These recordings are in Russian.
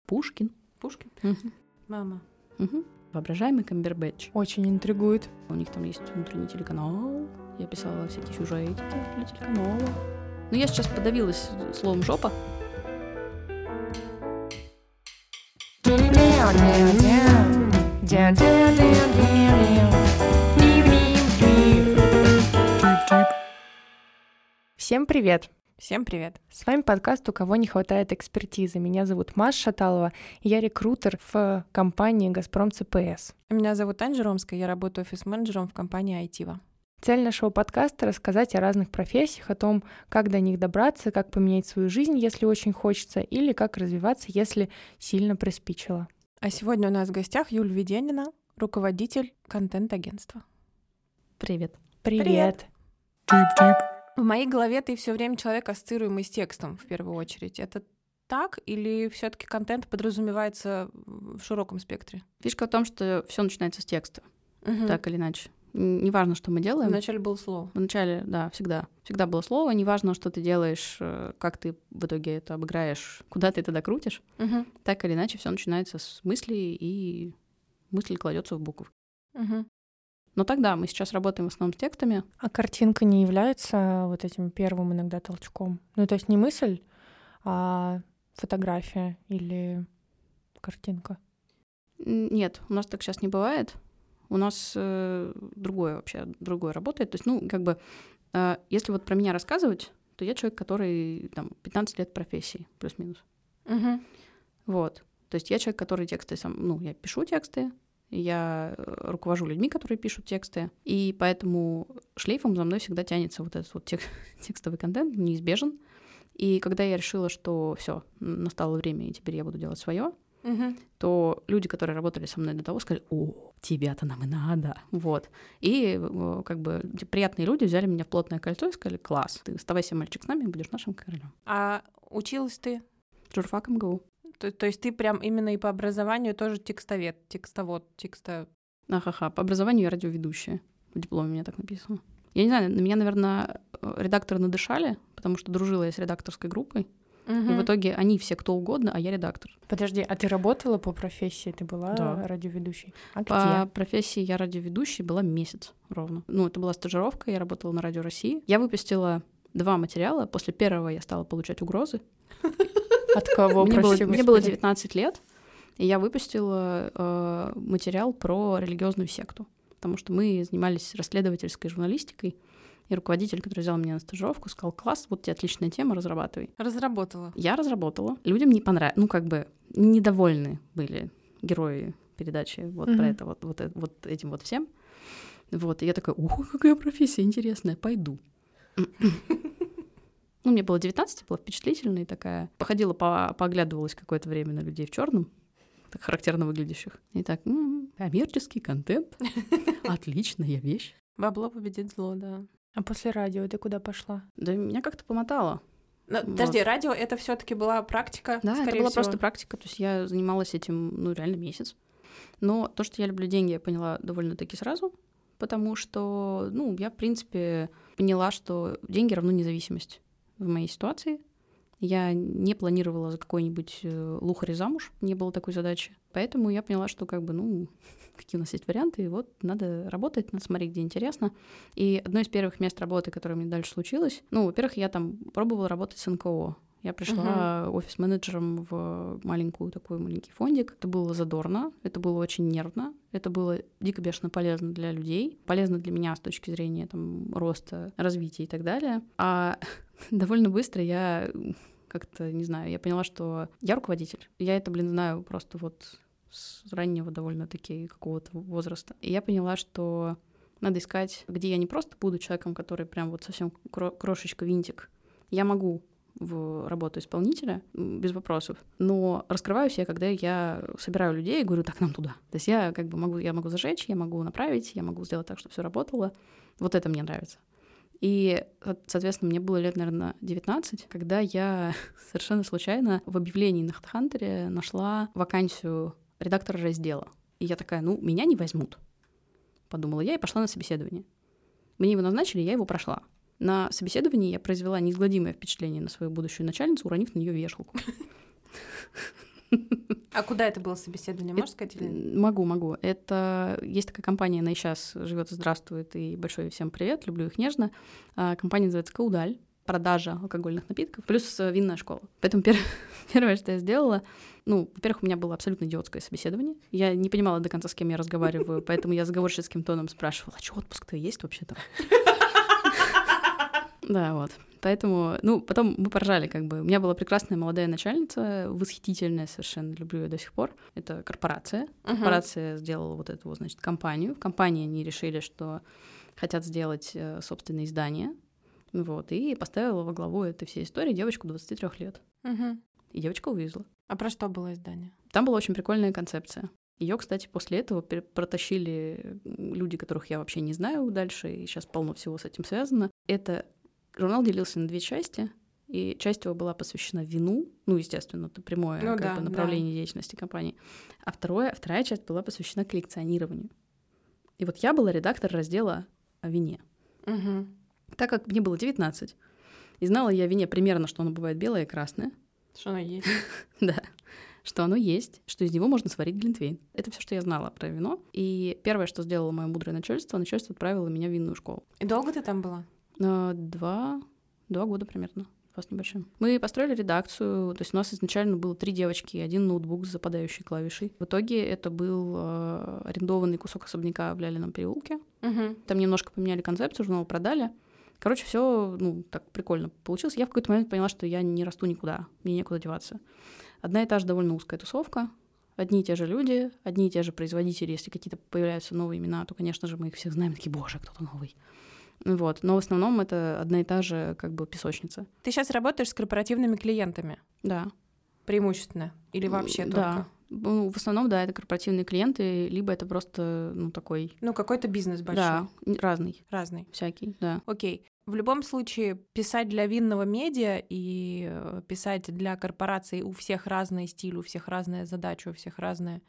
Пушкин. Пушкин? Мгм. Мама. Мгм. Воображаемый Камбербэтч. Очень интригует. У них там есть внутренний телеканал. Я писала всякие сюжетики для телеканала. Но я сейчас подавилась словом «жопа». Всем привет! Всем привет. С вами подкаст «У кого не хватает экспертизы». Меня зовут Маша Шаталова, и я рекрутер в компании «Газпром ЦПС». Меня зовут Аня Ромская, я работаю офис-менеджером в компании «Айтива». Цель нашего подкаста — рассказать о разных профессиях, о том, как до них добраться, как поменять свою жизнь, если очень хочется, или как развиваться, если сильно приспичило. А сегодня у нас в гостях Юлия Веденина, руководитель контент-агентства. Привет. Привет! В моей голове ты все время человек, ассоциируемый с текстом, в первую очередь. Это так или все таки контент подразумевается в широком спектре? Фишка в том, что все начинается с текста, Мгм. так или иначе. Неважно, что мы делаем. Вначале было слово. Вначале, да, всегда. Всегда было слово. Неважно, что ты делаешь, как ты в итоге это обыграешь, куда ты это докрутишь. Мгм. Так или иначе, все начинается с мыслей, и мысль кладется в буквы. Мгм. Но тогда мы сейчас работаем в основном с текстами. А картинка не является вот этим первым иногда толчком? Ну, то есть не мысль, а фотография или картинка? Нет, у нас так сейчас не бывает. У нас другое работает. То есть, если вот про меня рассказывать, то я человек, который там 15 лет профессии, плюс-минус. Мгм. Вот. То есть я человек, который тексты я пишу тексты, я руковожу людьми, которые пишут тексты, и поэтому шлейфом за мной всегда тянется вот этот вот текстовый контент, неизбежен. И когда я решила, что все, настало время, и теперь я буду делать свое, Мгм. то люди, которые работали со мной до того, сказали: «О, тебя-то нам и надо». Вот. И приятные люди взяли меня в плотное кольцо и сказали: «Класс, ты оставайся, мальчик, с нами, будешь нашим королем». А училась ты? Журфак МГУ. То есть ты прям именно и по образованию тоже текстовед, Ахаха. По образованию я радиоведущая. В дипломе у меня так написано. Я не знаю, на меня, наверное, редакторы надышали, потому что дружила я с редакторской группой. И в итоге они все кто угодно, а я редактор. Подожди, а ты работала по профессии? Ты была Да. радиоведущей? А По где? профессии я радиоведущей была месяц ровно. Это была стажировка, я работала на Радио России. Я выпустила 2 материала. После первого я стала получать угрозы. От кого, Мне прости, было 19 господи? лет, и я выпустила материал про религиозную секту, потому что мы занимались расследовательской журналистикой, и руководитель, который взял меня на стажировку, сказал: «Класс, вот тебе отличная тема, разрабатывай». Разработала. Я разработала. Людям не понравилось, недовольны были герои передачи про это, вот этим вот всем. Вот, и я такая: «Ух, какая профессия интересная, пойду». Мне было 19, была впечатлительная такая. Походила, пооглядывалась какое-то время на людей в черном, так характерно выглядящих. И так: коммерческий контент. Отличная вещь. Бабло победит зло, да. А после радио ты куда пошла? Да меня как-то помотало. Подожди, радио — это все таки была практика, Да, это скорее была всего? просто практика. То есть я занималась этим, реально месяц. Но то, что я люблю деньги, я поняла довольно-таки сразу, потому что, я, в принципе, поняла, что деньги равно независимость в моей ситуации. Я не планировала за какой-нибудь лухарь замуж, не было такой задачи. Поэтому я поняла, что какие у нас есть варианты, и вот надо работать, надо смотреть, где интересно. И одно из первых мест работы, которое мне дальше случилось, во-первых, я там пробовала работать с НКО. Я пришла офис-менеджером в маленький фондик. Это было задорно, это было очень нервно, это было дико бешено полезно для людей, полезно для меня с точки зрения роста, развития и так далее. А довольно быстро я я поняла, что я руководитель. Я это, знаю просто с раннего довольно-таки какого-то возраста. И я поняла, что надо искать, где я не просто буду человеком, который прям совсем крошечка-винтик. Я могу в работу исполнителя без вопросов, но раскрываюсь я, когда я собираю людей и говорю: так, нам туда. То есть я могу зажечь, я могу направить, я могу сделать так, чтобы все работало. Вот это мне нравится. И, соответственно, мне было лет, наверное, 19, когда я совершенно случайно в объявлении на HeadHunter нашла вакансию редактора раздела. И я такая: меня не возьмут, подумала я, и пошла на собеседование. Мне его назначили, я его прошла. На собеседовании я произвела неизгладимое впечатление на свою будущую начальницу, уронив на нее вешалку. А куда это было собеседование, можешь сказать? Или... Могу. Это есть такая компания, она и сейчас живет и здравствует, и большой всем привет, люблю их нежно. Компания называется «Каудаль», продажа алкогольных напитков, плюс винная школа. Поэтому первое, что я сделала, во-первых, у меня было абсолютно идиотское собеседование. Я не понимала до конца, с кем я разговариваю, поэтому я заговорщицким тоном спрашивала, а что, отпуск-то есть вообще-то? Да, вот. Поэтому, потом мы поржали, как бы. У меня была прекрасная молодая начальница, восхитительная совершенно, люблю ее до сих пор. Это корпорация. Корпорация сделала вот эту, значит, компанию. В компании они решили, что хотят сделать собственное издание. Вот, и поставила во главу этой всей истории девочку 23 лет. И девочка вывезла. А про что было издание? Там была очень прикольная концепция. Ее, кстати, после этого протащили люди, которых я вообще не знаю дальше, и сейчас полно всего с этим связано. Журнал делился на 2 части, и часть его была посвящена вину, естественно, это прямое направление деятельности компании, а вторая часть была посвящена коллекционированию. И вот я была редактор раздела о вине. Так как мне было 19, и знала я о вине примерно, что оно бывает белое и красное. Что оно есть. Да, что оно есть, что из него можно сварить глинтвейн. Это все, что я знала про вино. И первое, что сделало мое мудрое начальство отправило меня в винную школу. И долго ты там была? 2 года примерно. С небольшим. Мы построили редакцию, то есть у нас изначально было 3 девочки и 1 ноутбук с западающей клавишей. В итоге это был арендованный кусок особняка в Лялином переулке. Там немножко поменяли концепцию, журнал продали. Короче, все так прикольно получилось. Я в какой-то момент поняла, что я не расту никуда, мне некуда деваться. Одна и та же довольно узкая тусовка, одни и те же люди, одни и те же производители. Если какие-то появляются новые имена, то, конечно же, мы их всех знаем, такие, боже, кто-то новый. Вот. Но в основном это одна и та же как бы песочница. Ты сейчас работаешь с корпоративными клиентами? Да. Преимущественно? Или вообще только? Да. В основном, да, это корпоративные клиенты, либо это просто, такой... какой-то бизнес большой. Да, разный. Разный. Всякий, да. Окей. В любом случае, писать для винного медиа и писать для корпораций у всех разный стиль, у всех разная задача, у всех разное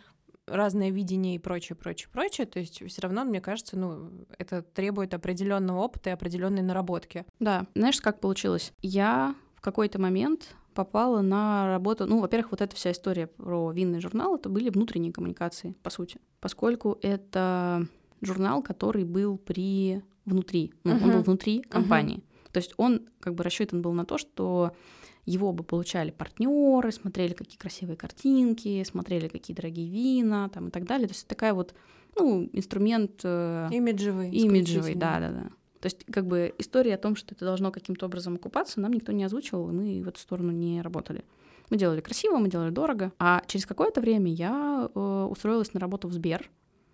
видение и прочее. То есть все равно, мне кажется, это требует определенного опыта и определенной наработки. Да. Знаешь, как получилось? Я в какой-то момент попала на работу... во-первых, вот эта вся история про винный журнал, это были внутренние коммуникации, по сути. Поскольку это журнал, который был внутри. Он был внутри компании. То есть он как бы рассчитан был на то, что его бы получали партнеры, смотрели, какие красивые картинки, смотрели, какие дорогие вина там, и так далее. То есть такая вот, инструмент... Имиджевый, да. То есть как бы история о том, что это должно каким-то образом окупаться, нам никто не озвучивал, и мы в эту сторону не работали. Мы делали красиво, мы делали дорого. А через какое-то время я устроилась на работу в Сбер,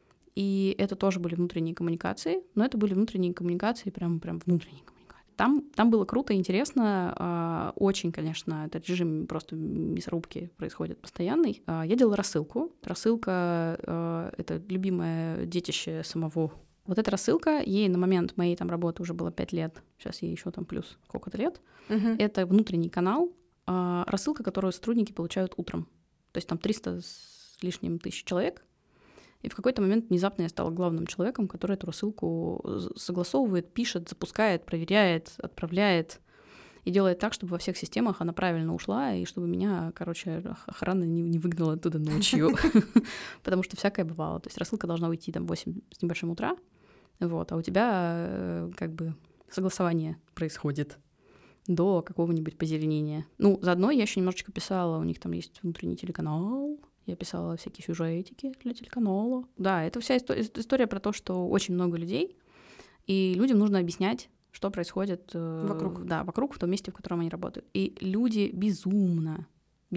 и это тоже были внутренние коммуникации, но это были внутренние коммуникации, прям внутренние коммуникации. Там было круто и интересно, очень, конечно, этот режим просто мясорубки происходит постоянный. Я делала рассылку. Рассылка — это любимое детище самого. Вот эта рассылка, ей на момент моей там работы уже было 5 лет, сейчас ей еще там плюс сколько-то лет. Это внутренний канал, рассылка, которую сотрудники получают утром. То есть там 300 с лишним тысяч человек. И в какой-то момент внезапно я стала главным человеком, который эту рассылку согласовывает, пишет, запускает, проверяет, отправляет и делает так, чтобы во всех системах она правильно ушла, и чтобы меня, охрана не выгнала оттуда ночью, потому что всякое бывало. То есть рассылка должна уйти там в 8 с небольшим утра, вот, а у тебя как бы согласование происходит до какого-нибудь позеленения. Заодно я еще немножечко писала, у них там есть внутренний телеканал, я писала всякие сюжетики для телеканала. Да, это вся история про то, что очень много людей, и людям нужно объяснять, что происходит вокруг. Да, вокруг, в том месте, в котором они работают. И люди безумно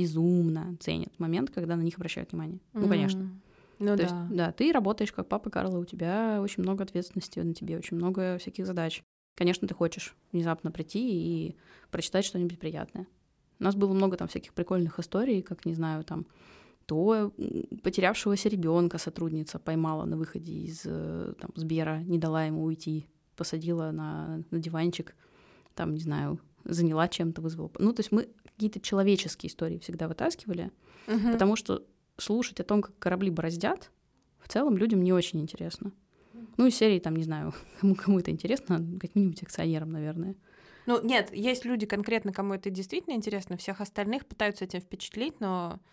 ценят момент, когда на них обращают внимание. Конечно. То есть, да, ты работаешь как папа Карло, у тебя очень много ответственности на тебе, очень много всяких задач. Конечно, ты хочешь внезапно прийти и прочитать что-нибудь приятное. У нас было много там всяких прикольных историй, как, не знаю, там, то потерявшегося ребенка сотрудница поймала на выходе из Сбера, не дала ему уйти, посадила на диванчик, там, не знаю, заняла чем-то, вызвала. То есть мы какие-то человеческие истории всегда вытаскивали, потому что слушать о том, как корабли бороздят, в целом людям не очень интересно. Из серии, там, не знаю, кому это интересно, каким-нибудь акционерам, наверное. Нет, есть люди конкретно, кому это действительно интересно, всех остальных пытаются этим впечатлить, но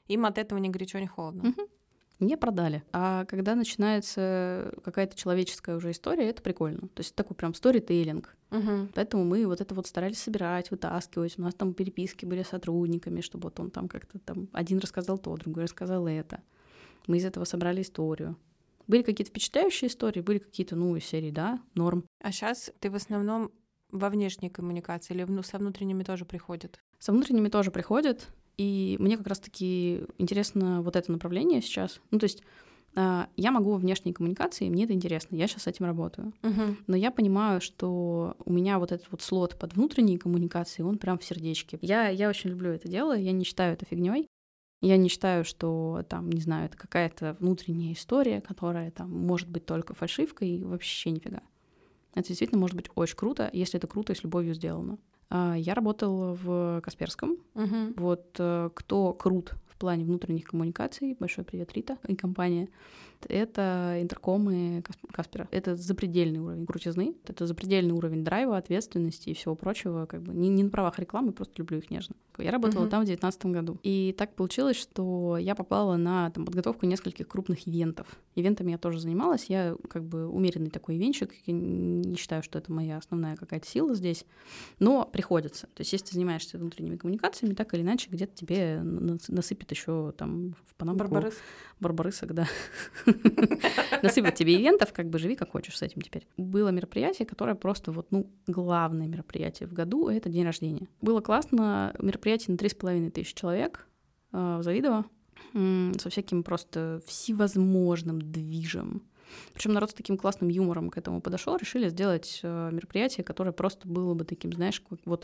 им от этого ни горячо, ни холодно. Не продали. А когда начинается какая-то человеческая уже история, это прикольно. То есть такой прям сторителлинг. Поэтому мы вот это вот старались собирать, вытаскивать. У нас там переписки были с сотрудниками, чтобы вот он там как-то там один рассказал то, другой рассказал это. Мы из этого собрали историю. Были какие-то впечатляющие истории, были какие-то, из серии, да, норм. А сейчас ты в основном во внешней коммуникации или со внутренними тоже приходят? Со внутренними тоже приходят. И мне как раз-таки интересно вот это направление сейчас. То есть я могу во внешней коммуникации, мне это интересно, я сейчас с этим работаю. Но я понимаю, что у меня вот этот вот слот под внутренней коммуникацией, он прям в сердечке. Я очень люблю это дело, я не считаю это фигней. Я не считаю, что там, не знаю, это какая-то внутренняя история, которая там может быть только фальшивкой, и вообще нифига. Это действительно может быть очень круто, если это круто и с любовью сделано. Я работала в Касперском. Вот кто крут в плане внутренних коммуникаций, большой привет, Рита и компания, это интеркомы Каспера. Это запредельный уровень крутизны, это запредельный уровень драйва, ответственности и всего прочего. Как бы не на правах рекламы, просто люблю их нежно. Я работала там в 2019 году. И так получилось, что я попала на подготовку нескольких крупных ивентов. Ивентами я тоже занималась. Я как бы умеренный такой ивентчик. Я не считаю, что это моя основная какая-то сила здесь. Но приходится. То есть если ты занимаешься внутренними коммуникациями, так или иначе где-то тебе насыпят еще там в Панамку. Барбарысок, да. Насыпят тебе ивентов, как бы живи как хочешь с этим теперь. Было мероприятие, которое просто главное мероприятие в году — это день рождения. Было классно. Мероприятие на 3500 человек в Завидово со всяким просто всевозможным движем. Причем народ с таким классным юмором к этому подошел, решили сделать мероприятие, которое просто было бы таким, знаешь,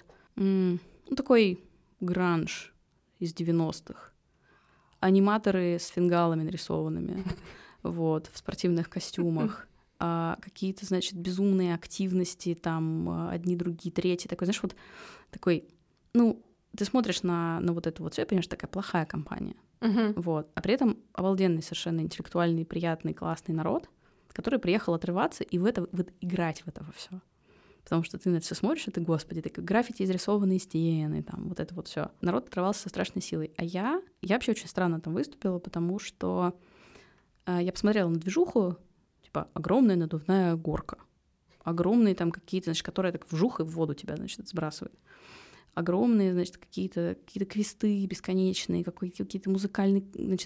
такой гранж из 90-х. Аниматоры с фингалами нарисованными, в спортивных костюмах. Какие-то, значит, безумные активности, там, одни, другие, третьи. Такой, знаешь, такой, ты смотришь на вот эту вот всё и понимаешь, такая плохая компания. А при этом обалденный, совершенно интеллектуальный, приятный, классный народ, который приехал отрываться и играть в это все. Потому что ты на это все смотришь, и ты, господи, такой граффити, изрисованные стены, там, вот это вот все. Народ отрывался со страшной силой. А я вообще очень странно там выступила, потому что я посмотрела на движуху, типа, огромная надувная горка. Огромные там какие-то, значит, которые так вжух и в воду тебя, значит, сбрасывают. Огромные, значит, какие-то квесты бесконечные, какие-то музыкальные, значит,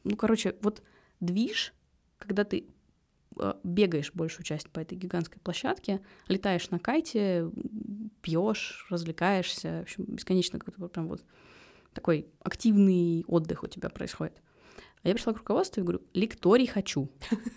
движ, когда ты бегаешь большую часть по этой гигантской площадке, летаешь на кайте, пьешь, развлекаешься, в общем, бесконечно какой-то прям такой активный отдых у тебя происходит. А я пришла к руководству и говорю: лекторий хочу.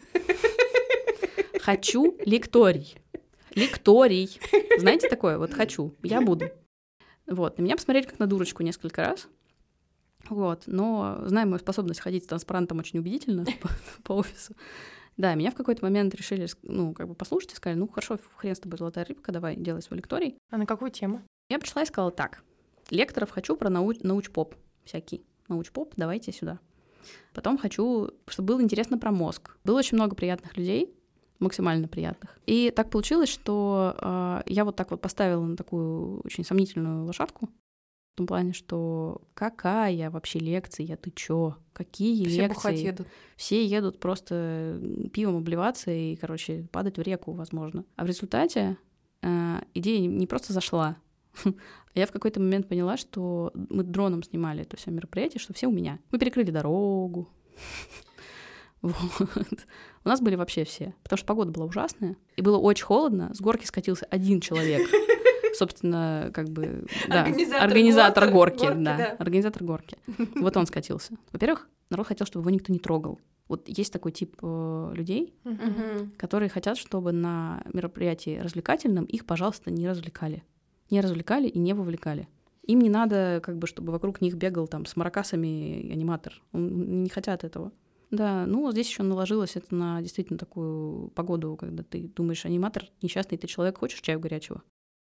Хочу лекторий. Лекторий. Знаете такое? Хочу. Я буду. На меня посмотрели как на дурочку несколько раз. Но, зная мою способность ходить с транспарантом очень убедительно по офису, да, меня в какой-то момент решили, послушать и сказали: хорошо, хрен с тобой, золотая рыбка, давай, делай свой лекторий. А на какую тему? Я пришла и сказала: так, лекторов хочу про научпоп всякий. Научпоп, давайте сюда. Потом хочу, чтобы было интересно про мозг. Было очень много приятных людей, максимально приятных. И так получилось, что я поставила на такую очень сомнительную лошадку. В том плане, что какая вообще лекция, ты чё? Какие все лекции? Бухать едут. Все едут просто пивом обливаться и, падать в реку, возможно. А в результате идея не просто зашла. Я в какой-то момент поняла, что мы дроном снимали это все мероприятие, что все у меня. Мы перекрыли дорогу. У нас были вообще все, потому что погода была ужасная, и было очень холодно. С горки скатился один человек. Собственно, организатор горки. Организатор горки. Он скатился. Во-первых, народ хотел, чтобы его никто не трогал. Есть такой тип людей, которые хотят, чтобы на мероприятии развлекательном их, пожалуйста, не развлекали. Не развлекали и не вовлекали. Им не надо, чтобы вокруг них бегал там с маракасами аниматор. Не хотят этого. Да, здесь еще наложилось это на действительно такую погоду, когда ты думаешь: аниматор несчастный, ты человек, хочешь чаю горячего?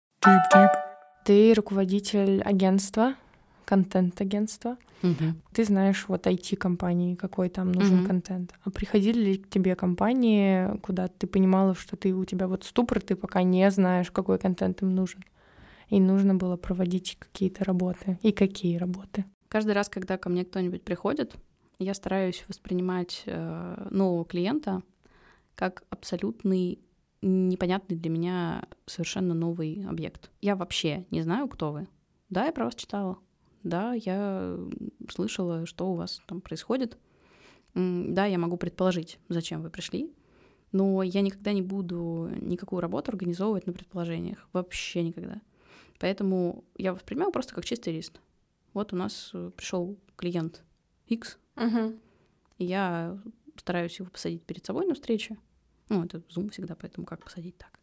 Ты руководитель агентства, контент-агентства. Ты знаешь IT-компании, какой там нужен контент. А приходили ли к тебе компании, куда ты понимала, что у тебя ступор, ты пока не знаешь, какой контент им нужен? И нужно было проводить какие-то работы. И какие работы? Каждый раз, когда ко мне кто-нибудь приходит, я стараюсь воспринимать нового клиента как абсолютный непонятный для меня совершенно новый объект. Я вообще не знаю, кто вы. Да, я про вас читала. Да, я слышала, что у вас там происходит. Да, я могу предположить, зачем вы пришли, но я никогда не буду никакую работу организовывать на предположениях. Вообще никогда. Поэтому я воспринимаю просто как чистый лист. Вот у нас пришел клиент X, и я стараюсь его посадить перед собой на встрече. Ну, это Zoom всегда, поэтому как посадить так?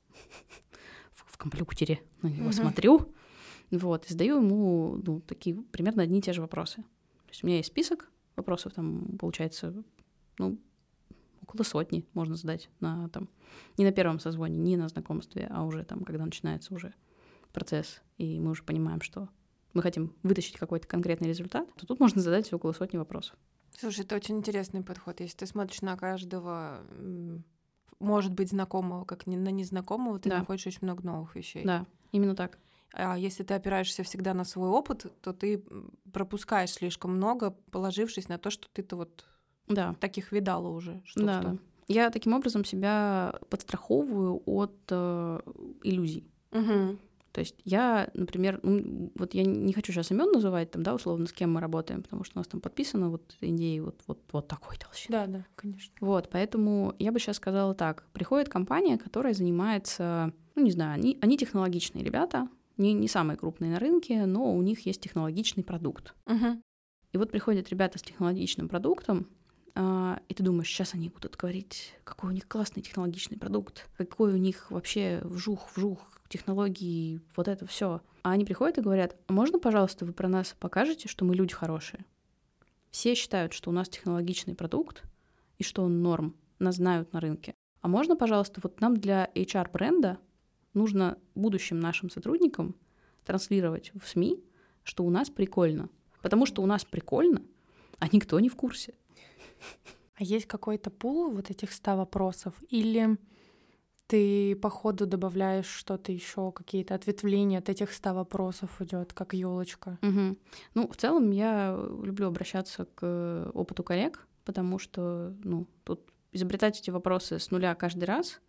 В компьютере на него смотрю, вот, и задаю ему, ну, такие примерно одни и те же вопросы. То есть у меня есть список вопросов, там, получается, ну, около 100 можно задать на, там, не на первом созвоне, не на знакомстве, а уже там, когда начинается уже процесс, и мы уже понимаем, что мы хотим вытащить какой-то конкретный результат, то тут можно задать около 100 вопросов. Слушай, это очень интересный подход. Если ты смотришь на каждого, может быть, знакомого, как на незнакомого, ты находишь очень много новых вещей. Да, именно так. А если ты опираешься всегда на свой опыт, то ты пропускаешь слишком много, положившись на то, что ты-то вот таких видала уже. Да. Я таким образом себя подстраховываю от иллюзий. То есть я, например, вот я не хочу сейчас имен называть, там, да, условно, с кем мы работаем, потому что у нас там подписано вот NDA вот такой толщины. Да, конечно. Вот, поэтому я бы сейчас сказала так. Приходит компания, которая занимается, ну, не знаю, они технологичные ребята, не самые крупные на рынке, но у них есть технологичный продукт. И вот приходят ребята с технологичным продуктом, и ты думаешь, сейчас они будут говорить, какой у них классный технологичный продукт, какой у них вообще вжух, технологии, вот это все. А они приходят и говорят, можно, пожалуйста, вы про нас покажете, что мы люди хорошие? Все считают, что у нас технологичный продукт и что он норм, нас знают на рынке. А можно, пожалуйста, вот нам для HR-бренда нужно будущим нашим сотрудникам транслировать в СМИ, что у нас прикольно. Потому что у нас прикольно, а никто не в курсе. А есть какой-то пул вот этих 100 вопросов? Или ты по ходу добавляешь что-то еще, какие-то ответвления от этих 100 вопросов идет, как елочка? Ну, в целом я люблю обращаться к опыту коллег, потому что, ну, тут изобретать эти вопросы с нуля каждый раз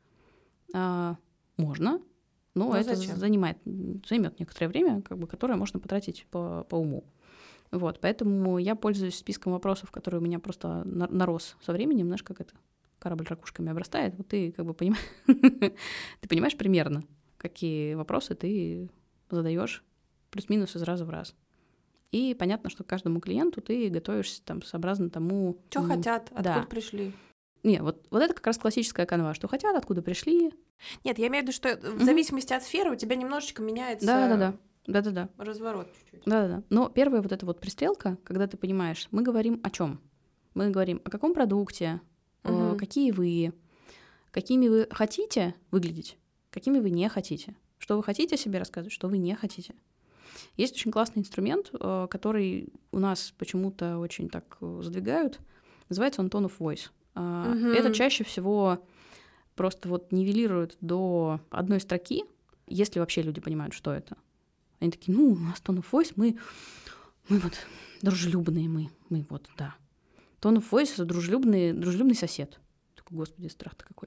можно, но это займет некоторое время, как бы, которое можно потратить по уму. Вот, поэтому я пользуюсь списком вопросов, который у меня просто нарос со временем, знаешь, как это корабль ракушками обрастает. Вот ты как бы понимаешь, ты понимаешь примерно, какие вопросы ты задаешь плюс-минус из раза в раз. И понятно, что к каждому клиенту ты готовишься там сообразно тому... Что хотят, откуда пришли. Не, вот это как раз классическая канва. Что хотят, откуда пришли. Нет, я имею в виду, что в зависимости от сферы у тебя немножечко меняется... Да-да-да. Разворот чуть-чуть. Да-да-да. Но первая вот эта вот пристрелка, когда ты понимаешь, мы говорим о чем? Мы говорим о каком продукте, какие вы, какими вы хотите выглядеть, какими вы не хотите. Что вы хотите о себе рассказывать, что вы не хотите. Есть очень классный инструмент, который у нас почему-то очень так задвигают. Называется он Tone of Voice. Это чаще всего просто вот нивелирует до одной строки, если вообще люди понимают, что это. Они такие, ну, у нас Tone of Voice, мы вот дружелюбные, мы вот, да. Tone of Voice — дружелюбный сосед. Такой, господи, страх-то какой.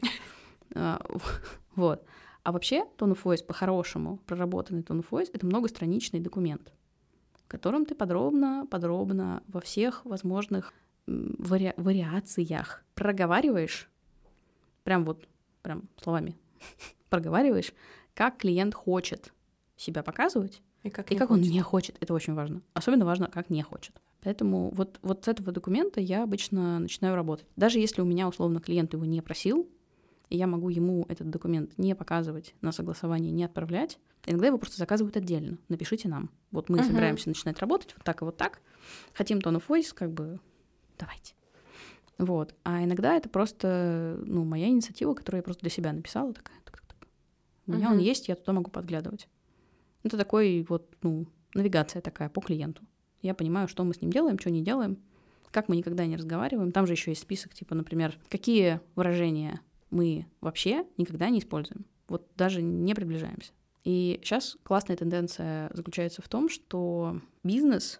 Вот. А вообще Tone of Voice по-хорошему, проработанный Tone of Voice — это многостраничный документ, в котором ты подробно во всех возможных вариациях проговариваешь, прям словами проговариваешь, как клиент хочет себя показывать и как он не хочет. Это очень важно. Особенно важно, как не хочет. Поэтому вот с этого документа я обычно начинаю работать. Даже если у меня, условно, клиент его не просил, и я могу ему этот документ не показывать, на согласование не отправлять, иногда его просто заказывают отдельно. Напишите нам. Вот мы собираемся начинать работать вот так и вот так. Хотим Tone of Voice, как бы давайте. Вот. А иногда это просто, моя инициатива, которую я просто для себя написала, такая. У меня он есть, я туда могу подглядывать. Это такой вот, навигация такая по клиенту. Я понимаю, что мы с ним делаем, что не делаем, как мы никогда не разговариваем. Там же еще есть список, типа, например, какие выражения мы вообще никогда не используем. Вот даже не приближаемся. И сейчас классная тенденция заключается в том, что бизнес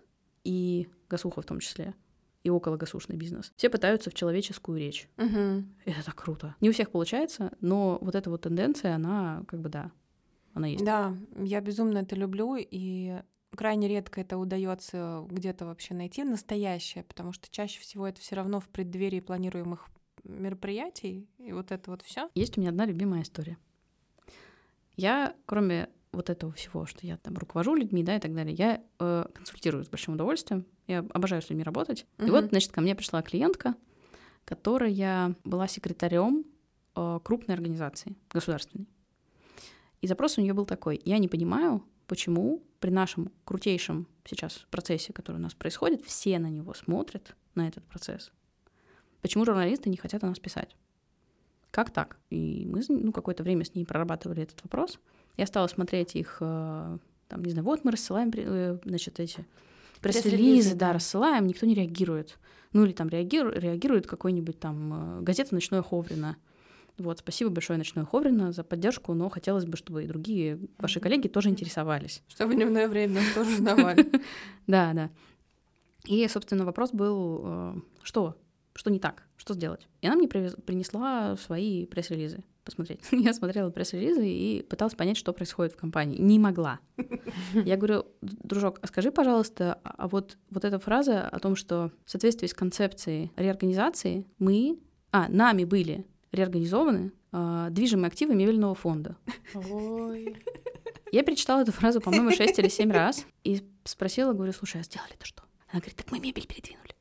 и гасуха в том числе, и окологасушный бизнес, все пытаются в человеческую речь. Это так круто. Не у всех получается, но вот эта вот тенденция, она как бы, да, она есть. Да, я безумно это люблю, и крайне редко это удается где-то вообще найти настоящее, потому что чаще всего это все равно в преддверии планируемых мероприятий, и вот это вот все. Есть у меня одна любимая история. Я, кроме вот этого всего, что я там руковожу людьми, да, и так далее, я консультирую с большим удовольствием. Я обожаю с людьми работать. И вот, значит, ко мне пришла клиентка, которая была секретарем крупной организации, государственной. И запрос у нее был такой: я не понимаю, почему при нашем крутейшем сейчас процессе, который у нас происходит, все на него смотрят, на этот процесс. Почему журналисты не хотят о нас писать? Как так? И мы какое-то время с ней прорабатывали этот вопрос. Я стала смотреть их, там, не знаю, вот мы рассылаем, значит, эти пресс-релизы, да, рассылаем, никто не реагирует. Ну или там реагирует какой-нибудь там газета «Ночное Ховрино». Вот, спасибо большое «Ночное Ховрино» за поддержку, но хотелось бы, чтобы и другие ваши коллеги тоже интересовались. Чтобы в дневное время нас тоже узнавали. Да, да. И, собственно, вопрос был, что не так, что сделать? И она мне принесла свои пресс-релизы посмотреть. Я смотрела пресс-релизы и пыталась понять, что происходит в компании. Не могла. Я говорю: дружок, а скажи, пожалуйста, а вот эта фраза о том, что в соответствии с концепцией реорганизации нами были реорганизованы движимые активы Мебельного фонда. Ой. Я перечитала эту фразу, по-моему, 6 или 7 раз и спросила, говорю: слушай, а сделали-то что? Она говорит: так мы мебель передвинули.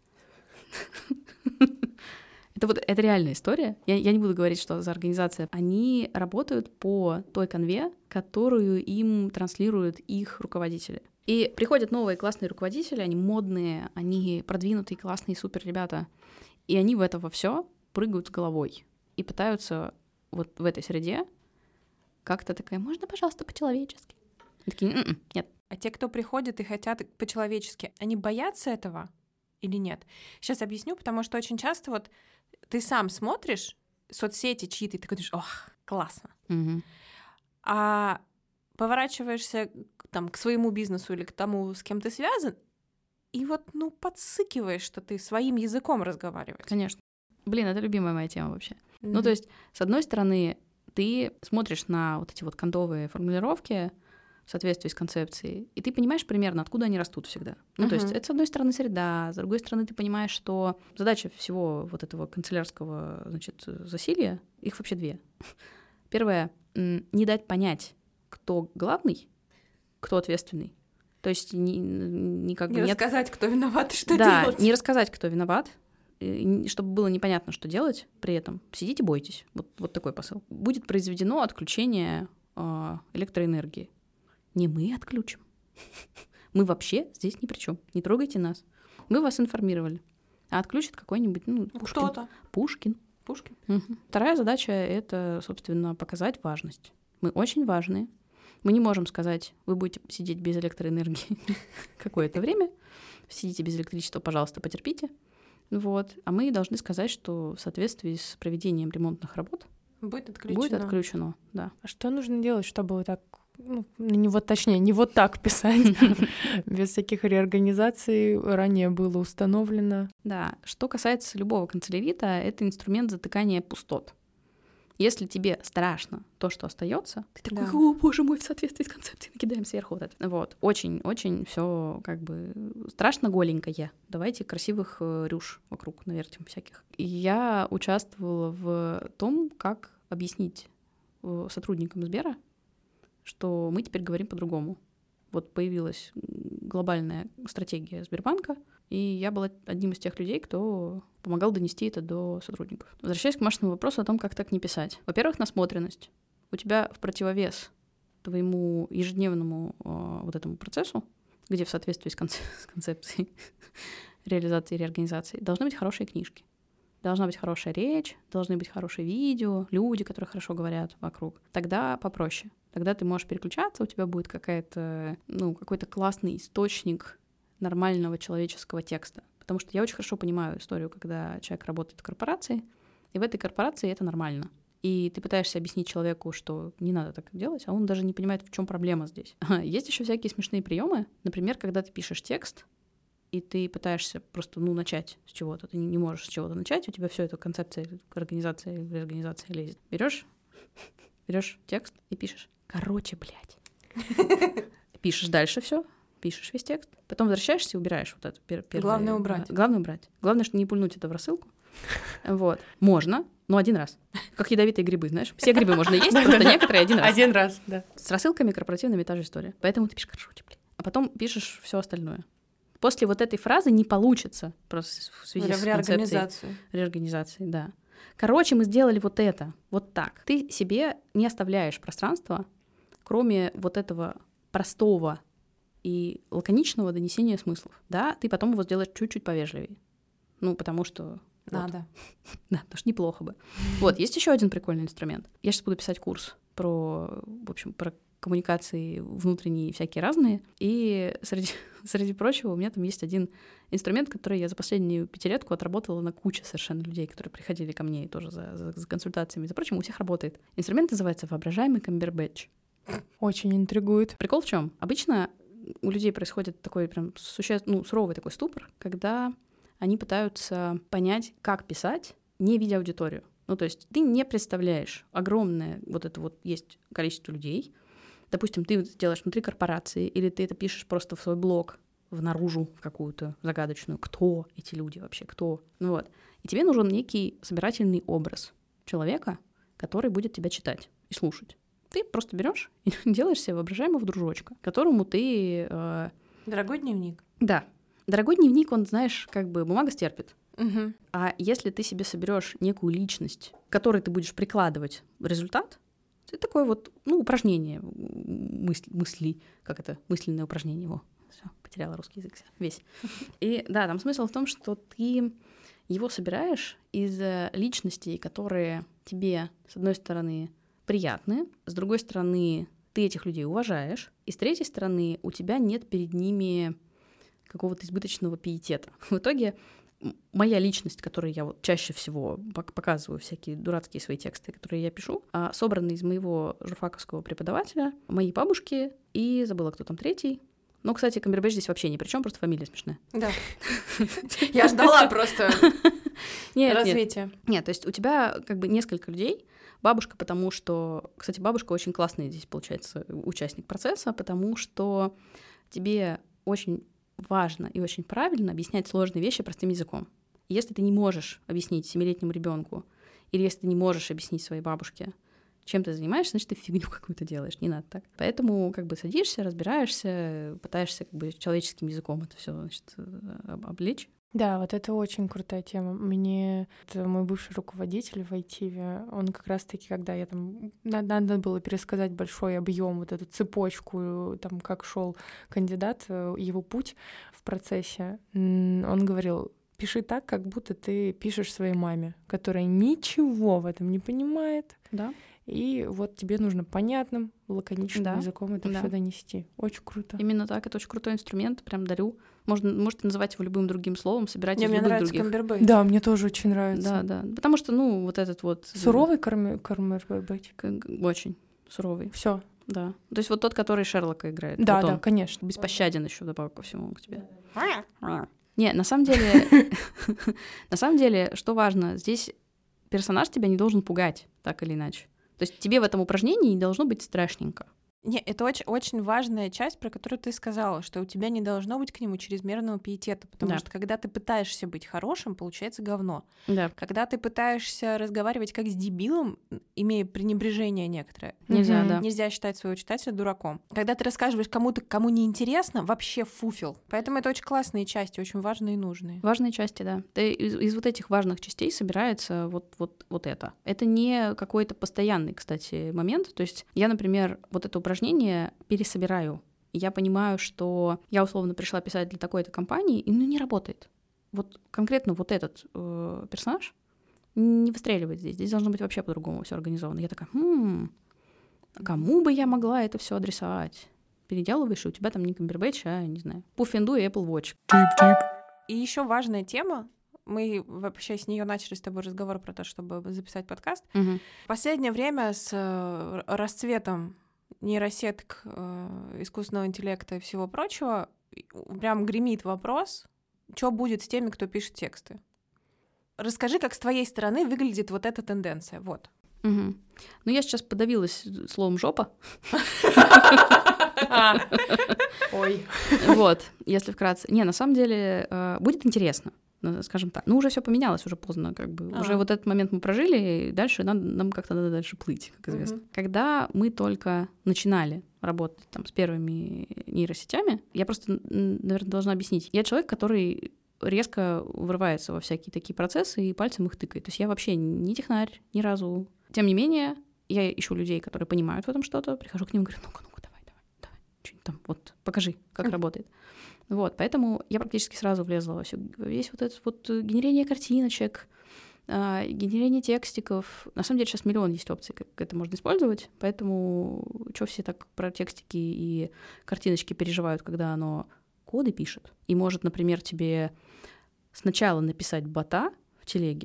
Это реальная история. Я не буду говорить, что за организация. Они работают по той канве, которую им транслируют их руководители. И приходят новые классные руководители, они модные, они продвинутые, классные, супер ребята. И они в это во все прыгают с головой и пытаются вот в этой среде как-то такая: можно, пожалуйста, по-человечески? Они такие: нет. А те, кто приходят и хотят по-человечески, они боятся этого или нет? Сейчас объясню, потому что очень часто вот ты сам смотришь соцсети чьи-то, и ты говоришь: ох, классно. А поворачиваешься там к своему бизнесу или к тому, с кем ты связан, и вот, подсыкиваешь, что ты своим языком разговариваешь. Конечно. Блин, это любимая моя тема вообще. Ну, то есть, с одной стороны, ты смотришь на вот эти вот кондовые формулировки в соответствии с концепцией, и ты понимаешь примерно, откуда они растут всегда. Ну, то есть это, с одной стороны, среда, с другой стороны, ты понимаешь, что задача всего вот этого канцелярского, значит, засилья, их вообще две. Первое — не дать понять, кто главный, кто ответственный. То есть не рассказать, кто виноват и что Да, делать. не рассказать, кто виноват, чтобы было непонятно, что делать при этом. Сидите, бойтесь. Вот такой посыл. Будет произведено отключение электроэнергии. Не мы отключим. Мы вообще здесь ни при чем. Не трогайте нас. Мы вас информировали. А отключит какой-нибудь, Пушкин. Кто-то. Пушкин. Угу. Вторая задача — это, собственно, показать важность. Мы очень важные. Мы не можем сказать: вы будете сидеть без электроэнергии какое-то время. Сидите без электричества, пожалуйста, потерпите. Вот. А мы должны сказать, что в соответствии с проведением ремонтных работ будет отключено. Да. А что нужно делать, чтобы вот так, не вот так писать, без всяких реорганизаций, ранее было установлено? Да. Что касается любого канцелярита, это инструмент затыкания пустот. Если тебе страшно то, что остается, ты такой: о, боже мой, в соответствии с концепцией накидаем сверху вот это. Вот. Очень-очень все как бы страшно голенькое. Давайте красивых рюш вокруг навертим всяких. И я участвовала в том, как объяснить сотрудникам Сбера, что мы теперь говорим по-другому. Вот появилась глобальная стратегия Сбербанка, и я была одним из тех людей, кто помогал донести это до сотрудников. Возвращаясь к Машиному вопросу о том, как так не писать. Во-первых, насмотренность. У тебя в противовес твоему ежедневному вот этому процессу, где в соответствии с концепцией реализации и реорганизации, должны быть хорошие книжки. Должна быть хорошая речь, должны быть хорошие видео, люди, которые хорошо говорят вокруг. Тогда попроще. Тогда ты можешь переключаться, у тебя будет какой-то классный источник нормального человеческого текста. Потому что я очень хорошо понимаю историю, когда человек работает в корпорации, и в этой корпорации это нормально. И ты пытаешься объяснить человеку, что не надо так делать, а он даже не понимает, в чем проблема здесь. Есть еще всякие смешные приемы. Например, когда ты пишешь текст, и ты пытаешься просто, начать с чего-то, ты не можешь с чего-то начать, у тебя все это концепция организации, реорганизации лезет. Берешь текст и пишешь. Короче, блядь. Пишешь дальше все, пишешь весь текст, потом возвращаешься и убираешь вот это первое. Главное убрать. Главное убрать. Главное, что не пульнуть это в рассылку. Вот. Можно, но один раз. Как ядовитые грибы, знаешь. Все грибы можно есть, просто некоторые один раз. Один раз, да. С рассылками корпоративными та же история. Поэтому ты пишешь, короче, блядь. А потом пишешь все остальное. После вот этой фразы не получится просто в связи с концепцией реорганизации, да. Короче, мы сделали вот это, вот так. Ты себе не оставляешь пространства, кроме вот этого простого и лаконичного донесения смыслов. Да, ты потом его сделаешь чуть-чуть повежливее. Потому что... Надо. Да, потому что неплохо бы. Вот, есть еще один прикольный инструмент. Я сейчас буду писать курс про коммуникации внутренние всякие разные. И среди прочего у меня там есть один инструмент, который я за последнюю 5-летку отработала на куче совершенно людей, которые приходили ко мне и тоже за консультациями. За прочим, у всех работает. Инструмент называется «Воображаемый камбербэтч». Очень интригует. Прикол в чем? Обычно у людей происходит такой прям суровый такой ступор, когда они пытаются понять, как писать, не видя аудиторию. То есть ты не представляешь огромное есть количество людей. Допустим, ты делаешь внутри корпорации, или ты это пишешь просто в свой блог, наружу, в какую-то загадочную. Кто эти люди вообще? Кто? И тебе нужен некий собирательный образ человека, который будет тебя читать и слушать. Ты просто берешь и делаешь себе воображаемого дружочка, которому ты... Дорогой дневник. Да. Дорогой дневник, он, знаешь, бумага стерпит. Угу. А если ты себе соберешь некую личность, к которой ты будешь прикладывать результат, это такое упражнение мыслей, мысленное упражнение. Все, потеряла русский язык весь. И да, там смысл в том, что ты его собираешь из личностей, которые тебе, с одной стороны, приятны, с другой стороны, ты этих людей уважаешь, и с третьей стороны, у тебя нет перед ними какого-то избыточного пиетета. В итоге моя личность, которой я чаще всего показываю всякие дурацкие свои тексты, которые я пишу, собраны из моего журфаковского преподавателя, моей бабушки и забыла, кто там третий. Но, кстати, Камбербэтч здесь вообще ни при чем, просто фамилия смешная. Да. Я ждала просто развития. Нет, то есть у тебя несколько людей. Бабушка, потому что... Кстати, бабушка очень классный здесь, получается, участник процесса, потому что тебе очень важно и очень правильно объяснять сложные вещи простым языком. Если ты не можешь объяснить 7-летнему ребенку, или если ты не можешь объяснить своей бабушке, чем ты занимаешься, значит, ты фигню какую-то делаешь, не надо так. Поэтому садишься, разбираешься, пытаешься человеческим языком это все облечь. Да, вот это очень крутая тема. Это мой бывший руководитель в IT, он как раз-таки, когда я там надо было пересказать большой объем, вот эту цепочку, там, как шел кандидат, его путь в процессе, он говорил: пиши так, как будто ты пишешь своей маме, которая ничего в этом не понимает. Да. И вот тебе нужно понятным, лаконичным языком это все донести. Очень круто. Именно так, это очень крутой инструмент, прям дарю. Можете называть его любым другим словом, собирать из мне любых нравится других. Камбербэтч. Да, мне тоже очень нравится. Да. Потому что, вот этот вот... Суровый Камбербэтч? Очень суровый. Все. Да. То есть вот тот, который Шерлока играет. Да, вот да, конечно. Беспощаден еще добавок ко всему к тебе. Не, на самом деле, что важно, здесь персонаж тебя не должен пугать, так или иначе. То есть тебе в этом упражнении не должно быть страшненько. Не, это очень важная часть, про которую ты сказала, что у тебя не должно быть к нему чрезмерного пиетета, потому что когда ты пытаешься быть хорошим, получается говно. Да. Когда ты пытаешься разговаривать как с дебилом, имея пренебрежение некоторое, нельзя считать своего читателя дураком. Когда ты рассказываешь кому-то, кому неинтересно, вообще фуфел. Поэтому это очень классные части, очень важные и нужные. Важные части, да. Из вот этих важных частей собирается вот это. Это не какой-то постоянный, кстати, момент. То есть я, например, вот это упражнение пересобираю. Я понимаю, что я условно пришла писать для такой-то компании, и не работает. Вот конкретно вот этот персонаж не выстреливает здесь. Здесь должно быть вообще по-другому все организовано. Я такая, кому бы я могла это все адресовать? Переделываешь, и у тебя там не Камбербэтч, а, не знаю, Пуффинду и Apple Watch. И еще важная тема. Мы вообще с нее начали с тобой разговор про то, чтобы записать подкаст. Угу. В последнее время с расцветом нейросеток, искусственного интеллекта и всего прочего прям гремит вопрос, что будет с теми, кто пишет тексты. Расскажи, как с твоей стороны выглядит вот эта тенденция. Вот. Ну, я сейчас подавилась словом «жопа». Ой. Вот, если вкратце. Не, на самом деле, будет интересно, скажем так. Ну, уже все поменялось, уже поздно, как бы. Уже вот этот момент мы прожили, и дальше нам как-то надо дальше плыть, как известно. Когда мы только начинали работать там с первыми нейросетями, я просто, наверное, должна объяснить. Я человек, который резко врывается во всякие такие процессы и пальцем их тыкает. То есть я вообще не технарь ни разу. Тем не менее, я ищу людей, которые понимают в этом что-то, прихожу к ним и говорю, ну-ка, давай, что-нибудь там, вот, покажи, как работает. Вот, поэтому я практически сразу влезла во весь вот этот вот генерение картиночек, генерение текстиков. На самом деле сейчас миллион есть опций, как это можно использовать, поэтому что все так про текстики и картиночки переживают, когда оно коды пишет и может, например, тебе сначала написать бота в телеге,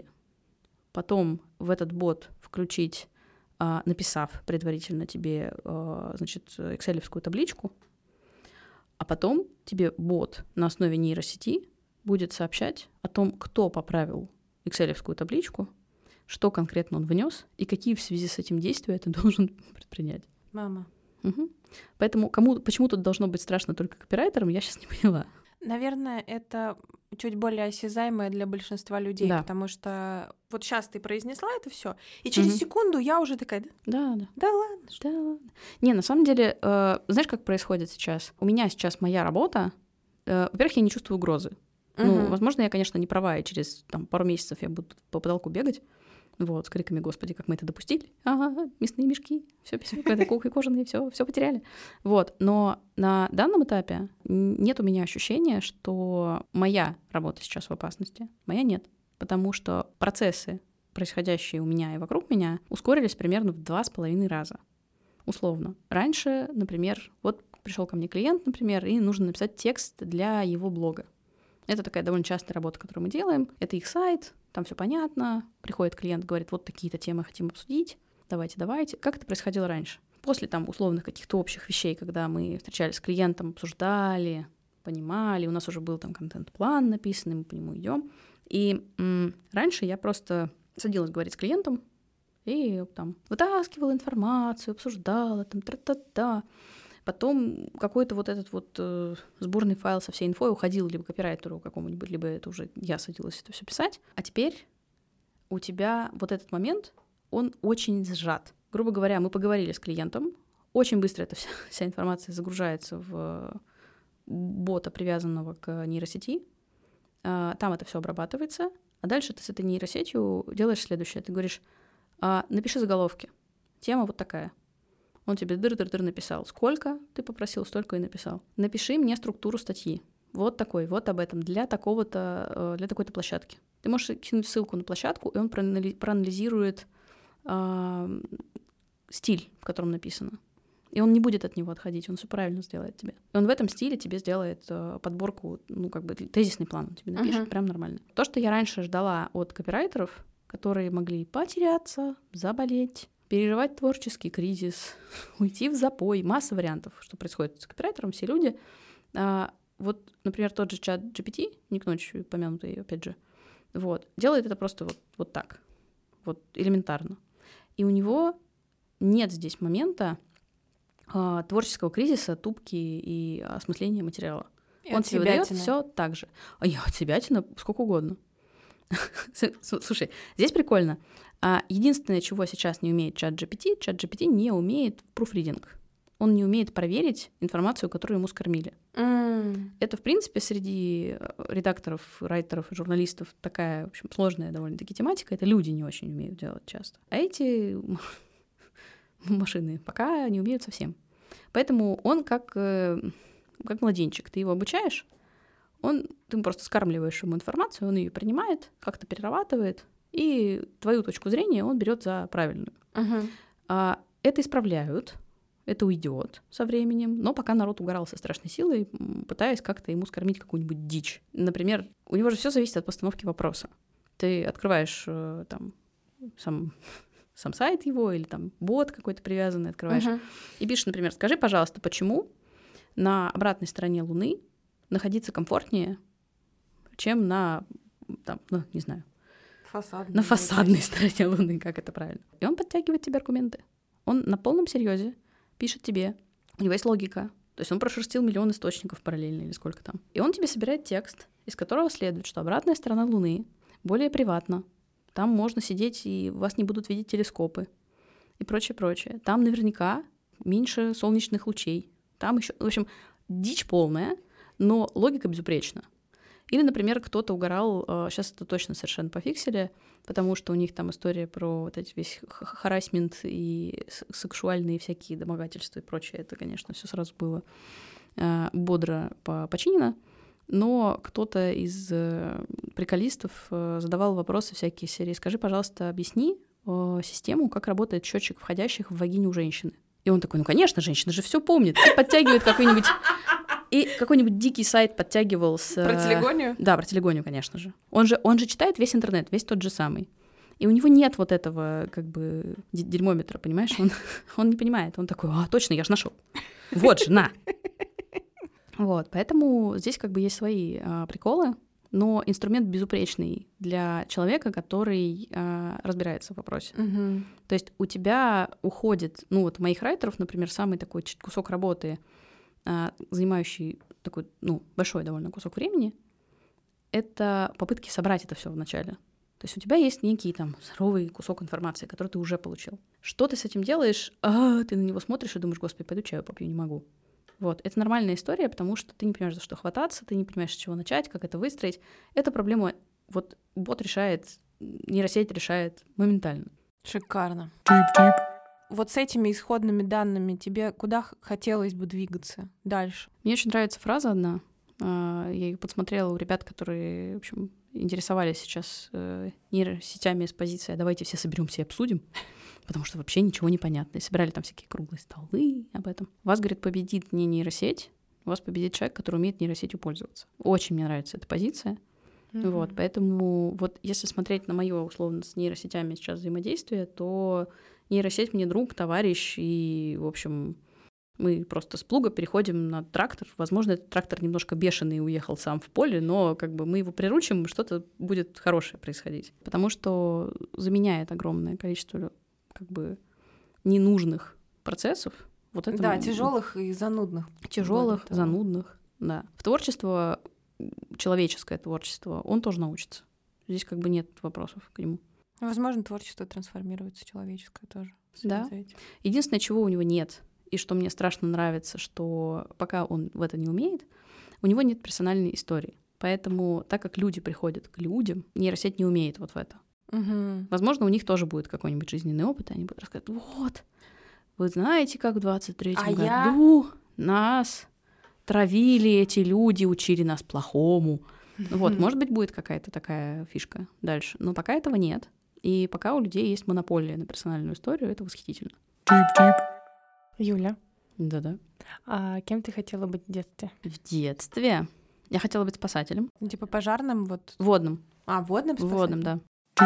потом в этот бот включить, написав предварительно тебе, значит, экселевскую табличку, а потом тебе бот на основе нейросети будет сообщать о том, кто поправил экселевскую табличку, что конкретно он внес и какие в связи с этим действия ты должен предпринять. Мама. Угу. Поэтому почему тут должно быть страшно только копирайтерам, я сейчас не поняла. Наверное, это чуть более осязаемое для большинства людей, да. Потому что вот сейчас ты произнесла это все, и через секунду я уже такая, да ладно. Не, на самом деле, знаешь, как происходит сейчас? У меня сейчас моя работа, во-первых, я не чувствую угрозы. Ну, возможно, я, конечно, не права, и через пару месяцев я буду по потолку бегать, вот, с криками: «Господи, как мы это допустили! Ага, мясные мешки, все кухи кожаные, все потеряли». Вот, но на данном этапе нет у меня ощущения, что моя работа сейчас в опасности. Моя нет, потому что процессы, происходящие у меня и вокруг меня, ускорились примерно в 2,5 раза. Условно. Раньше, например, вот пришел ко мне клиент, например, и нужно написать текст для его блога. Это такая довольно частая работа, которую мы делаем. Это их сайт, там все понятно. Приходит клиент, говорит: вот такие-то темы хотим обсудить. Давайте. Как это происходило раньше? После там условных каких-то общих вещей, когда мы встречались с клиентом, обсуждали, понимали, у нас уже был там контент-план написанный, мы по нему идем. И раньше я просто садилась говорить с клиентом и там вытаскивала информацию, обсуждала, там тра-та-та. Потом какой-то вот этот вот сборный файл со всей инфой уходил либо копирайтеру какому-нибудь, либо это уже я садилась это все писать. А теперь у тебя вот этот момент, он очень сжат. Грубо говоря, мы поговорили с клиентом, очень быстро эта вся информация загружается в бота, привязанного к нейросети, там это все обрабатывается, а дальше ты с этой нейросетью делаешь следующее. Ты говоришь: напиши заголовки, тема вот такая. Он тебе дыр-дыр-дыр написал. Сколько ты попросил, столько и написал. Напиши мне структуру статьи. Вот такой, вот об этом, для такой-то площадки. Ты можешь кинуть ссылку на площадку, и он проанализирует стиль, в котором написано. И он не будет от него отходить, он все правильно сделает тебе. И он в этом стиле тебе сделает подборку, ну, как бы тезисный план он тебе напишет, прям нормально. То, что я раньше ждала от копирайтеров, которые могли потеряться, заболеть, переживать творческий кризис, уйти в запой, масса вариантов, что происходит с копирайтером, все люди. Вот, например, тот же чат GPT, не к ночи упомянутый, опять же, вот, делает это просто вот так, вот элементарно. И у него нет здесь момента творческого кризиса, тупки и осмысления материала. Он тебе выдает все так же. А я от себятина сколько угодно. Слушай, здесь прикольно. Единственное, чего сейчас не умеет чат GPT не умеет пруфридинг. Он не умеет проверить информацию, которую ему скормили. Это, в принципе, среди редакторов, райтеров, журналистов такая, в общем, сложная довольно-таки тематика. Это люди не очень умеют делать часто. А эти машины пока не умеют совсем. Поэтому он как младенчик. Ты его обучаешь, ты просто скармливаешь ему информацию, он ее принимает, как-то перерабатывает, и твою точку зрения он берет за правильную. Это исправляют, это уйдет со временем, но пока народ угорал со страшной силой, пытаясь как-то ему скормить какую-нибудь дичь. Например, у него же все зависит от постановки вопроса. Ты открываешь там сам сайт его или там бот какой-то привязанный открываешь и пишешь, например: скажи, пожалуйста, почему на обратной стороне Луны находиться комфортнее, чем на, там, ну, не знаю, на фасадной стороне Луны, как это правильно. И он подтягивает тебе аргументы. Он на полном серьезе пишет тебе, у него есть логика. То есть он прошерстил миллион источников параллельно или сколько там. И он тебе собирает текст, из которого следует, что обратная сторона Луны более приватна. Там можно сидеть, и вас не будут видеть телескопы и прочее. Там наверняка меньше солнечных лучей. Там еще, в общем, дичь полная, но логика безупречна. Или, например, кто-то угорал, сейчас это точно совершенно пофиксили, потому что у них там история про вот эти весь харассмент и сексуальные всякие домогательства и прочее. Это, конечно, все сразу было бодро починено. Но кто-то из приколистов задавал вопросы всякие серии. Скажи, пожалуйста, объясни систему, как работает счетчик входящих в вагине у женщины. И он такой, ну, конечно, женщина же все помнит. И подтягивает какой-нибудь... И какой-нибудь дикий сайт подтягивал с... Про телегонию? Да, про телегонию, конечно же. Он же читает весь интернет, весь тот же самый. И у него нет вот этого, как бы, дерьмометра, понимаешь? Он не понимает. Он такой, точно, я же нашел. Вот же, на. Вот, поэтому здесь как бы есть свои приколы, но инструмент безупречный для человека, который разбирается в вопросе. Угу. То есть у тебя уходит, ну вот у моих райтеров, например, самый такой кусок работы, занимающий такой, ну, большой довольно кусок времени, это попытки собрать это все в начале. То есть у тебя есть некий там здоровый кусок информации, который ты уже получил. Что ты с этим делаешь? Ты на него смотришь и думаешь, господи, пойду чаю попью, не могу. Вот, это нормальная история, потому что ты не понимаешь, за что хвататься, ты не понимаешь, с чего начать, как это выстроить. Эту проблему вот бот решает, нейросеть решает моментально. Шикарно. Тип-тип. Вот с этими исходными данными тебе куда хотелось бы двигаться дальше? Мне очень нравится фраза одна. Я ее подсмотрела у ребят, которые, в общем, интересовались сейчас нейросетями с позиции «давайте все соберемся и обсудим», потому что вообще ничего не понятно. И собирали там всякие круглые столы об этом. Вас, говорит, победит не нейросеть, вас победит человек, который умеет нейросетью пользоваться. Очень мне нравится эта позиция. Mm-hmm. Вот, поэтому вот если смотреть на моё, условно, с нейросетями сейчас взаимодействие, то нейросеть мне друг, товарищ, и, в общем, мы просто с плуга переходим на трактор. Возможно, этот трактор немножко бешеный и уехал сам в поле, но как бы мы его приручим, и что-то будет хорошее происходить. Потому что заменяет огромное количество как бы ненужных процессов. Вот это да, тяжелых и занудных. Тяжелых, занудных, да. В творчество, человеческое творчество, он тоже научится. Здесь как бы нет вопросов к нему. Возможно, творчество трансформируется, человеческое тоже. Да. Единственное, чего у него нет, и что мне страшно нравится, что пока он в это не умеет, у него нет персональной истории. Поэтому, так как люди приходят к людям, нейросеть не умеет вот в это. Угу. Возможно, у них тоже будет какой-нибудь жизненный опыт, и они будут рассказывать, вот, вы знаете, как в 23-м году нас травили эти люди, учили нас плохому. Вот, может быть, будет какая-то такая фишка дальше, но пока этого нет. И пока у людей есть монополия на персональную историю, это восхитительно. Тип-тип. Юля. Да-да. А кем ты хотела быть в детстве? В детстве я хотела быть спасателем. Типа пожарным? Вот. Водным. Водным спасателем? Водным, да.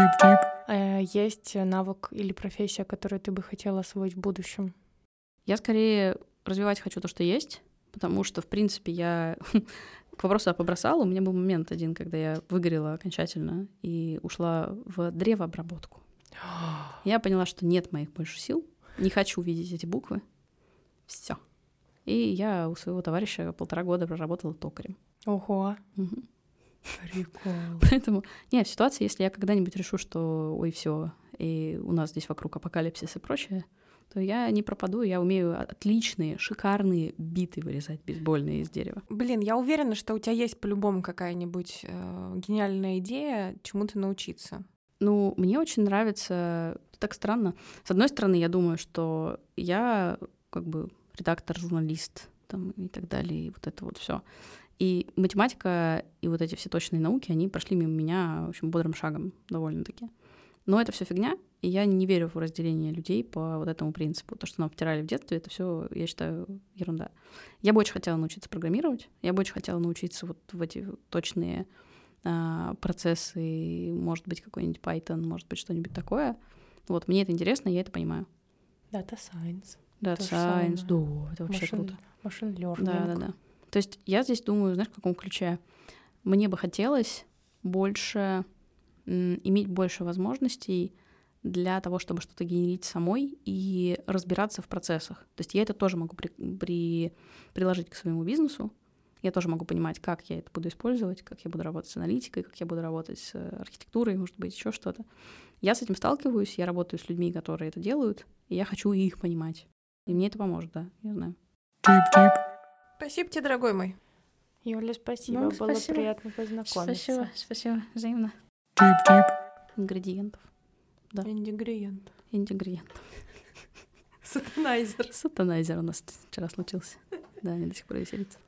Тип-тип. Есть навык или профессия, которую ты бы хотела освоить в будущем? Я скорее развивать хочу то, что есть, потому что, в принципе, я к вопросу я побросала. У меня был момент один, когда я выгорела окончательно и ушла в древообработку. Я поняла, что нет моих больше сил, не хочу видеть эти буквы. Все. И я у своего товарища 1,5 года проработала токарем. Ого. Угу. Прикол. Поэтому, в ситуации, если я когда-нибудь решу, что ой, все, и у нас здесь вокруг апокалипсис и прочее, то я не пропаду, я умею отличные, шикарные биты вырезать бейсбольные из дерева. Блин, я уверена, что у тебя есть по-любому какая-нибудь гениальная идея чему-то научиться. Ну, мне очень нравится, так странно. С одной стороны, я думаю, что я как бы редактор, журналист там, и так далее, и вот это вот все. И математика и вот эти все точные науки, они прошли мимо меня, в общем, бодрым шагом довольно-таки. Но это все фигня, и я не верю в разделение людей по вот этому принципу. То, что нам втирали в детстве, это все, я считаю, ерунда. Я бы очень хотела научиться программировать, я бы очень хотела научиться вот в эти точные процессы, может быть, какой-нибудь Python, может быть, что-нибудь такое. Вот, мне это интересно, я это понимаю. Data Science. Data Science, да, это вообще круто. Machine Learning. Да. То есть я здесь думаю, знаешь, в каком ключе? мне бы хотелось иметь больше возможностей для того, чтобы что-то генерить самой и разбираться в процессах. То есть я это тоже могу приложить к своему бизнесу. Я тоже могу понимать, как я это буду использовать, как я буду работать с аналитикой, как я буду работать с архитектурой, может быть, еще что-то. Я с этим сталкиваюсь, я работаю с людьми, которые это делают, и я хочу их понимать. И мне это поможет, да, я знаю. Спасибо тебе, дорогой мой. Юля, спасибо. Было приятно познакомиться. Спасибо. Взаимно. Ингредиентов. Да. Ингредиент. Сатанайзер. Сатанайзер у нас вчера случился. Да, они до сих пор веселятся.